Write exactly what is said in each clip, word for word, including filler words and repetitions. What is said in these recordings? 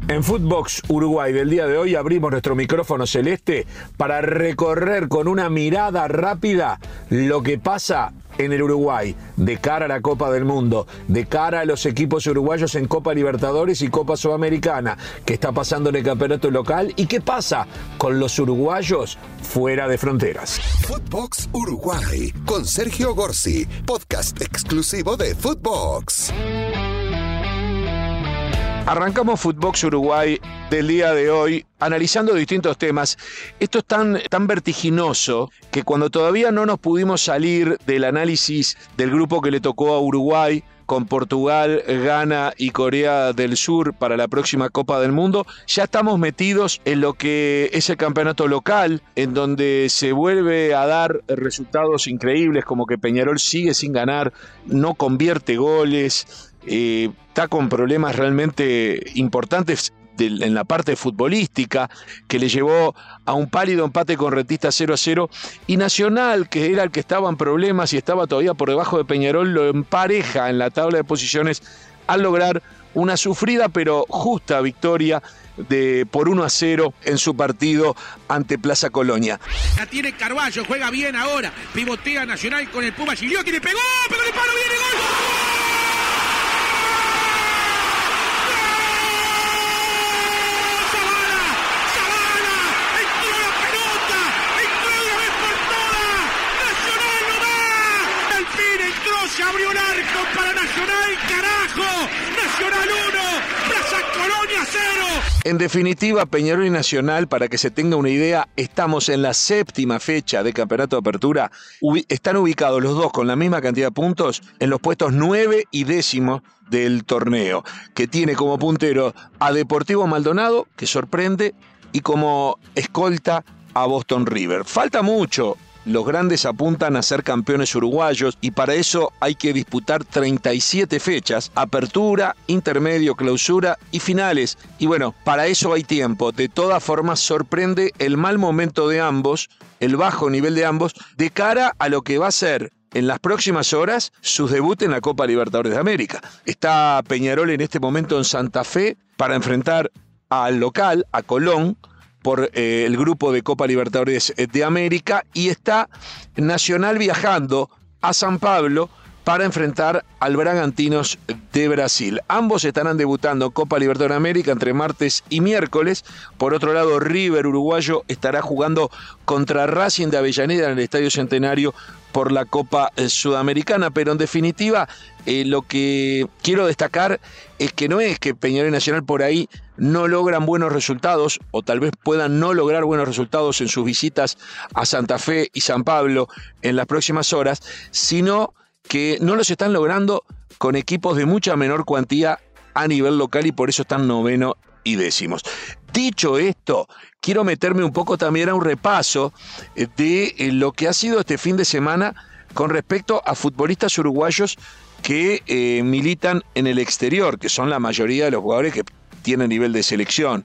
En Footbox Uruguay del día de hoy abrimos nuestro micrófono celeste para recorrer con una mirada rápida lo que pasa en el Uruguay, de cara a la Copa del Mundo, de cara a los equipos uruguayos en Copa Libertadores y Copa Sudamericana, qué está pasando en el campeonato local y qué pasa con los uruguayos fuera de fronteras. Footbox Uruguay con Sergio Gorsi, podcast exclusivo de Footbox. Arrancamos Footbox Uruguay del día de hoy analizando distintos temas. Esto es tan, tan vertiginoso que cuando todavía no nos pudimos salir del análisis del grupo que le tocó a Uruguay con Portugal, Ghana y Corea del Sur para la próxima Copa del Mundo, ya estamos metidos en lo que es el campeonato local, en donde se vuelve a dar resultados increíbles, como que Peñarol sigue sin ganar, no convierte goles, eh, está con problemas realmente importantes de, en la parte futbolística, que le llevó a un pálido empate con Rentistas cero a cero, y Nacional, que era el que estaba en problemas y estaba todavía por debajo de Peñarol, lo empareja en la tabla de posiciones al lograr una sufrida pero justa victoria de por uno a cero en su partido ante Plaza Colonia. La tiene Carballo, juega bien ahora, pivotea Nacional con el Puma Gilió, que le pegó, pegó el palo, viene gol. Se abrió un arco para Nacional, carajo. Nacional uno, Plaza Colonia cero. En definitiva, Peñarol y Nacional, para que se tenga una idea, estamos en la séptima fecha de Campeonato de Apertura. Ubi- están ubicados los dos con la misma cantidad de puntos en los puestos nueve y décimo del torneo, que tiene como puntero a Deportivo Maldonado, que sorprende, y como escolta a Boston River. Falta mucho. Los grandes apuntan a ser campeones uruguayos y para eso hay que disputar treinta y siete fechas, apertura, intermedio, clausura y finales. Y bueno, para eso hay tiempo. De todas formas, sorprende el mal momento de ambos, el bajo nivel de ambos, de cara a lo que va a ser en las próximas horas sus debut en la Copa Libertadores de América. Está Peñarol en este momento en Santa Fe para enfrentar al local, a Colón, por eh, el grupo de Copa Libertadores de América, y está Nacional viajando a San Pablo para enfrentar al Bragantinos de Brasil. Ambos estarán debutando en Copa Libertadores de América entre martes y miércoles. Por otro lado, River uruguayo estará jugando contra Racing de Avellaneda en el Estadio Centenario por la Copa Sudamericana, pero en definitiva eh, lo que quiero destacar es que no es que Peñarol y Nacional por ahí no logran buenos resultados, o tal vez puedan no lograr buenos resultados en sus visitas a Santa Fe y San Pablo en las próximas horas, sino que no los están logrando con equipos de mucha menor cuantía a nivel local y por eso están noveno y décimos. Dicho esto, quiero meterme un poco también a un repaso de lo que ha sido este fin de semana con respecto a futbolistas uruguayos que eh, militan en el exterior, que son la mayoría de los jugadores que tienen nivel de selección.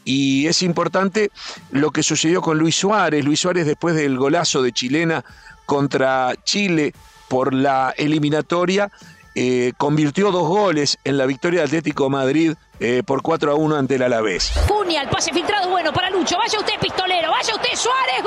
Y es importante lo que sucedió con Luis Suárez. Luis Suárez, después del golazo de Chilena contra Chile por la eliminatoria, eh, convirtió dos goles en la victoria del Atlético de Madrid eh, por cuatro a uno ante el Alavés. Cunha, el pase filtrado bueno para Lucho. Vaya usted, pistolero. Vaya usted, Suárez.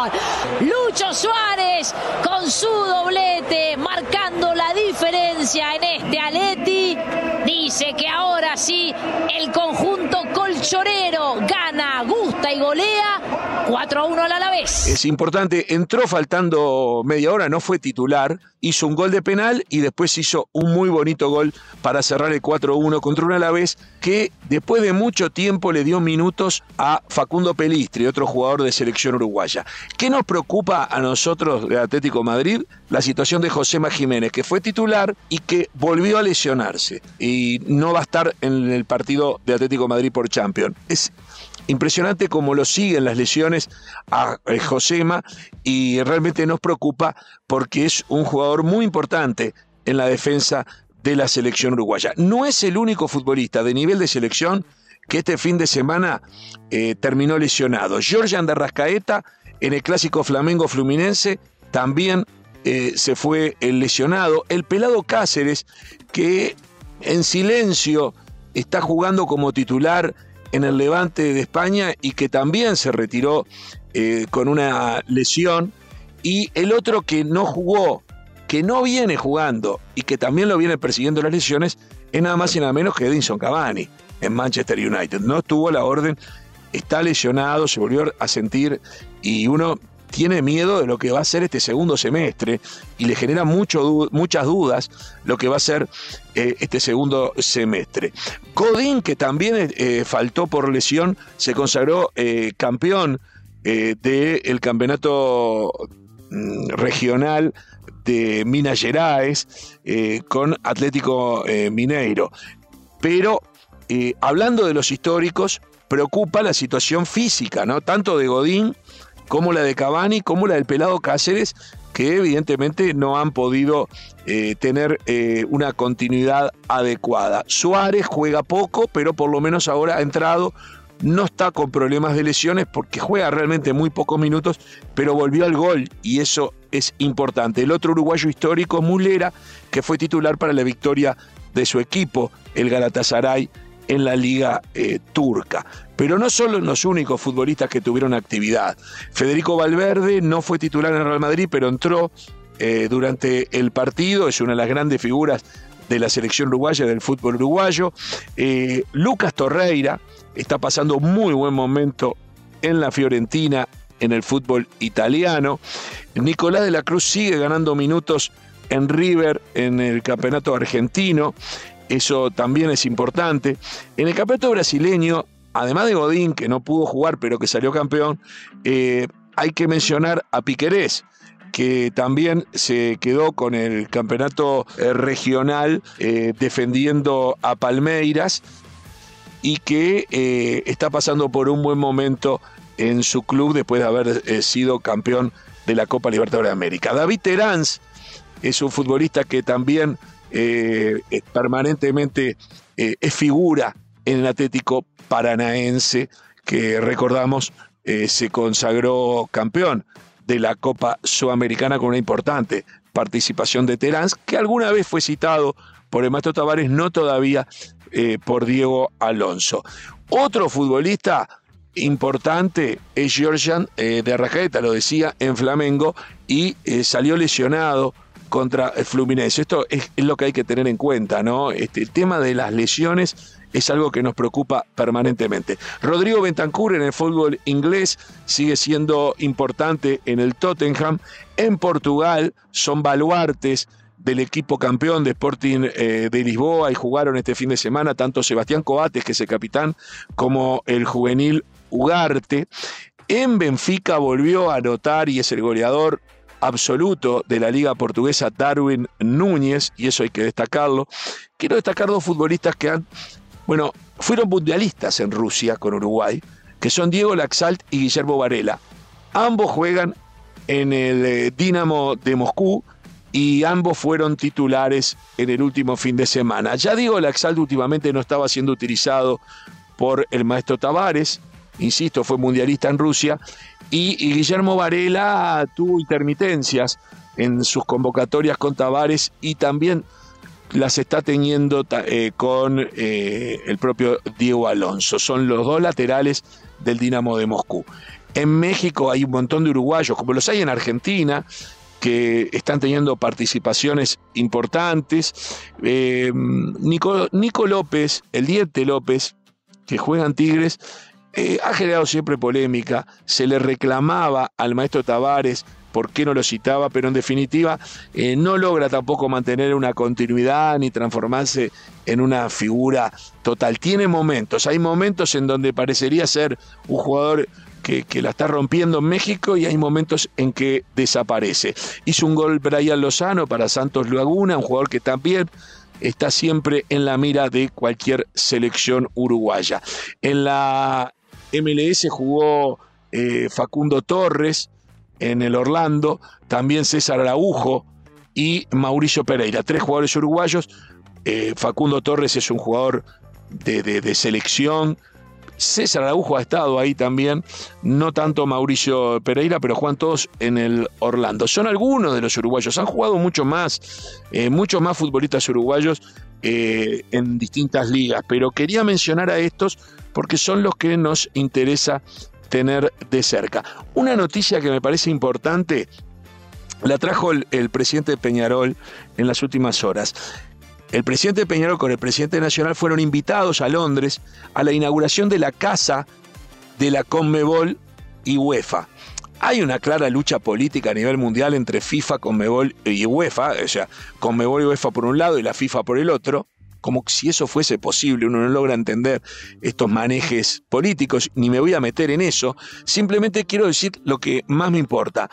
¡Gol! Lucho Suárez con su doblete, marcando la diferencia en este Aleti. Dice que ahora sí el conjunto colchonero gana, gusta y golea cuatro a uno al Alavés. Es importante, entró faltando media hora, no fue titular, hizo un gol de penal y después hizo un muy bonito gol para cerrar el cuatro a uno contra un Alavés que después de mucho tiempo le dio minutos a Facundo Pelistri, otro jugador de selección uruguaya. ¿Qué nos preocupa a nosotros de Atlético de Madrid? La situación de Josema Jiménez, que fue titular y que volvió a lesionarse y no va a estar en el partido de Atlético de Madrid por Champions. Es impresionante cómo lo siguen las lesiones a Josema y realmente nos preocupa porque es un jugador muy importante en la defensa de la selección uruguaya. No es el único futbolista de nivel de selección que este fin de semana eh, terminó lesionado. Jorge de Arrascaeta en el clásico Flamengo-Fluminense también eh, se fue el lesionado. El pelado Cáceres, que en silencio está jugando como titular en el Levante de España y que también se retiró eh, con una lesión. Y el otro que no jugó, que no viene jugando y que también lo viene persiguiendo las lesiones, es nada más y nada menos que Edinson Cavani en Manchester United. No estuvo a la orden, está lesionado, se volvió a sentir y uno tiene miedo de lo que va a ser este segundo semestre y le genera mucho, muchas dudas lo que va a ser eh, este segundo semestre. Godín, que también eh, faltó por lesión, se consagró eh, campeón eh, del campeonato mm, regional de Minas Gerais eh, con Atlético eh, Mineiro. Pero eh, hablando de los históricos, preocupa la situación física, ¿no? Tanto de Godín como la de Cavani, como la del Pelado Cáceres, que evidentemente no han podido eh, tener eh, una continuidad adecuada. Suárez juega poco, pero por lo menos ahora ha entrado, no está con problemas de lesiones porque juega realmente muy pocos minutos, pero volvió al gol y eso es importante. El otro uruguayo histórico, Mulera, que fue titular para la victoria de su equipo, el Galatasaray, en la liga eh, turca. Pero no son los únicos futbolistas que tuvieron actividad. Federico Valverde no fue titular en el Real Madrid, pero entró eh, durante el partido, es una de las grandes figuras de la selección uruguaya, del fútbol uruguayo. Eh, Lucas Torreira está pasando un muy buen momento en la Fiorentina, en el fútbol italiano. Nicolás de la Cruz sigue ganando minutos en River, en el campeonato argentino. Eso también es importante. En el campeonato brasileño, además de Godín, que no pudo jugar pero que salió campeón, eh, hay que mencionar a Piquerés, que también se quedó con el campeonato eh, regional eh, defendiendo a Palmeiras y que eh, está pasando por un buen momento en su club después de haber eh, sido campeón de la Copa Libertadores de América. David Terán es un futbolista que también Eh, eh, permanentemente eh, es figura en el Atlético Paranaense, que recordamos eh, se consagró campeón de la Copa Sudamericana con una importante participación de Terán, que alguna vez fue citado por el maestro Tavares, no todavía eh, por Diego Alonso. Otro futbolista importante es Georgian eh, de Arrascaeta, lo decía, en Flamengo, y eh, salió lesionado contra el Fluminense. Esto es, es lo que hay que tener en cuenta, ¿no? Este, el tema de las lesiones es algo que nos preocupa permanentemente. Rodrigo Bentancur en el fútbol inglés sigue siendo importante en el Tottenham. En Portugal son baluartes del equipo campeón de Sporting eh, de Lisboa y jugaron este fin de semana tanto Sebastián Coates, que es el capitán, como el juvenil Ugarte. En Benfica volvió a anotar y es el goleador absoluto de la liga portuguesa, Darwin Núñez, y eso hay que destacarlo. Quiero destacar dos futbolistas que han, bueno, fueron mundialistas en Rusia con Uruguay, que son Diego Laxalt y Guillermo Varela. Ambos juegan en el eh, Dinamo de Moscú y ambos fueron titulares en el último fin de semana. Ya Diego Laxalt últimamente no estaba siendo utilizado por el maestro Tavares, insisto, fue mundialista en Rusia, y, y Guillermo Varela tuvo intermitencias en sus convocatorias con Tavares y también las está teniendo eh, con eh, el propio Diego Alonso. Son los dos laterales del Dinamo de Moscú. En México hay un montón de uruguayos, como los hay en Argentina, que están teniendo participaciones importantes. Eh, Nico, Nico López, el Diente López, que juega en Tigres, Eh, ha generado siempre polémica, se le reclamaba al maestro Tavares por qué no lo citaba, pero en definitiva eh, no logra tampoco mantener una continuidad ni transformarse en una figura total. Tiene momentos, hay momentos en donde parecería ser un jugador que, que la está rompiendo en México y hay momentos en que desaparece. Hizo un gol Brian Lozano para Santos Laguna, un jugador que también está siempre en la mira de cualquier selección uruguaya. En la M L S jugó eh, Facundo Torres en el Orlando, también César Araujo y Mauricio Pereira, tres jugadores uruguayos. Eh, Facundo Torres es un jugador de, de, de selección. César Araujo ha estado ahí también, no tanto Mauricio Pereira, pero juegan todos en el Orlando. Son algunos de los uruguayos, han jugado mucho más, eh, muchos más futbolistas uruguayos eh, en distintas ligas, pero quería mencionar a estos porque son los que nos interesa tener de cerca. Una noticia que me parece importante la trajo el, el presidente de Peñarol en las últimas horas. El presidente de Peñarol con el presidente nacional fueron invitados a Londres a la inauguración de la casa de la Conmebol y UEFA. Hay una clara lucha política a nivel mundial entre FIFA, Conmebol y UEFA, o sea, Conmebol y UEFA por un lado y la FIFA por el otro, como si eso fuese posible. Uno no logra entender estos manejes políticos, ni me voy a meter en eso. Simplemente quiero decir lo que más me importa.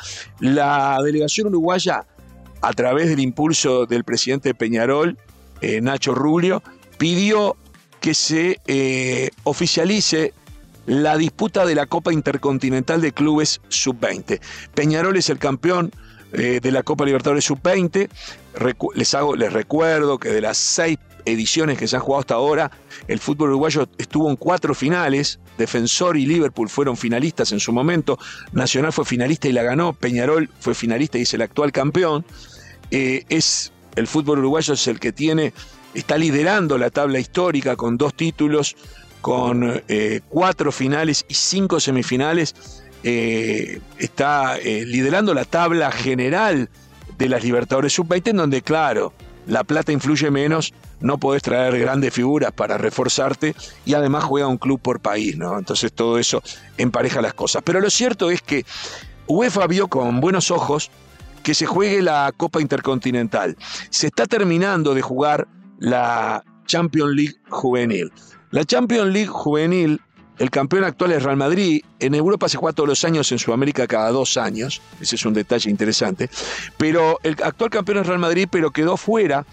La delegación uruguaya, a través del impulso del presidente de Peñarol, eh, Nacho Rubio, pidió que se eh, oficialice la disputa de la Copa Intercontinental de Clubes sub veinte. Peñarol es el campeón eh, de la Copa Libertadores sub veinte. Recu- les, hago, les recuerdo que de las seis ediciones que se han jugado hasta ahora, el fútbol uruguayo estuvo en cuatro finales. Defensor y Liverpool fueron finalistas en su momento. Nacional fue finalista y la ganó. Peñarol fue finalista y es el actual campeón. Eh, es, el fútbol uruguayo es el que tiene, está liderando la tabla histórica con dos títulos, con eh, cuatro finales y cinco semifinales, eh, está eh, liderando la tabla general de las Libertadores sub veinte, en donde, claro, la plata influye menos, no podés traer grandes figuras para reforzarte y además juega un club por país, ¿no? Entonces todo eso empareja las cosas. Pero lo cierto es que UEFA vio con buenos ojos que se juegue la Copa Intercontinental. Se está terminando de jugar la Champions League juvenil. La Champions League juvenil, el campeón actual es Real Madrid. En Europa se juega todos los años, en Sudamérica cada dos años. Ese es un detalle interesante. Pero el actual campeón es Real Madrid, pero quedó fuera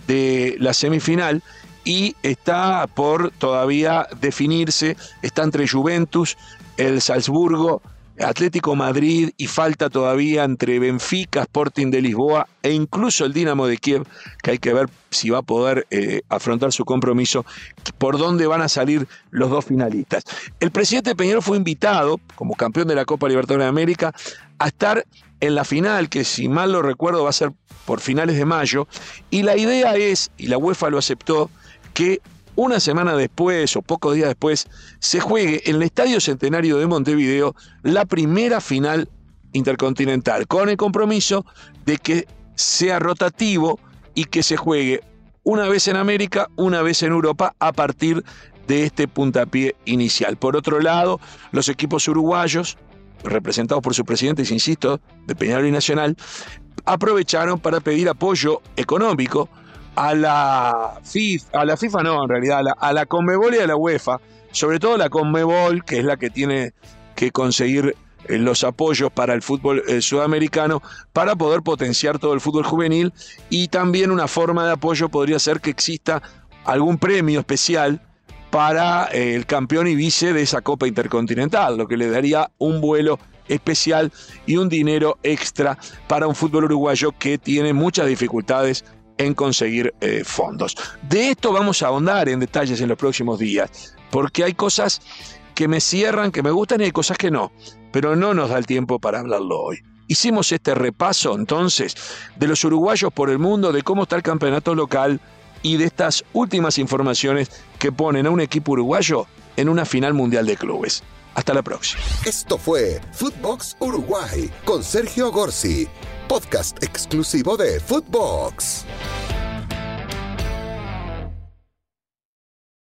de la semifinal y está por todavía definirse. Está entre Juventus, el Salzburgo, Atlético Madrid y falta todavía entre Benfica, Sporting de Lisboa e incluso el Dinamo de Kiev, que hay que ver si va a poder eh, afrontar su compromiso, por dónde van a salir los dos finalistas. El presidente de Peñarol fue invitado, como campeón de la Copa Libertadores de América, a estar en la final, que si mal lo recuerdo va a ser por finales de mayo, y la idea es, y la UEFA lo aceptó, que una semana después o pocos días después se juegue en el Estadio Centenario de Montevideo la primera final intercontinental, con el compromiso de que sea rotativo y que se juegue una vez en América, una vez en Europa, a partir de este puntapié inicial. Por otro lado, los equipos uruguayos, representados por sus presidentes, insisto, de Peñarol y Nacional, aprovecharon para pedir apoyo económico a la FIFA, a la FIFA no, en realidad, a la, a la Conmebol y a la UEFA, sobre todo la Conmebol, que es la que tiene que conseguir eh, los apoyos para el fútbol eh, sudamericano, para poder potenciar todo el fútbol juvenil, y también una forma de apoyo podría ser que exista algún premio especial para eh, el campeón y vice de esa Copa Intercontinental, lo que le daría un vuelo especial y un dinero extra para un fútbol uruguayo que tiene muchas dificultades en conseguir eh, fondos. De esto vamos a ahondar en detalles en los próximos días, porque hay cosas que me cierran, que me gustan, y hay cosas que no, pero no nos da el tiempo para hablarlo hoy. Hicimos este repaso entonces de los uruguayos por el mundo, de cómo está el campeonato local y de estas últimas informaciones que ponen a un equipo uruguayo en una final mundial de clubes. Hasta la próxima. Esto fue Footbox Uruguay con Sergio Gorsi, podcast exclusivo de Footbox.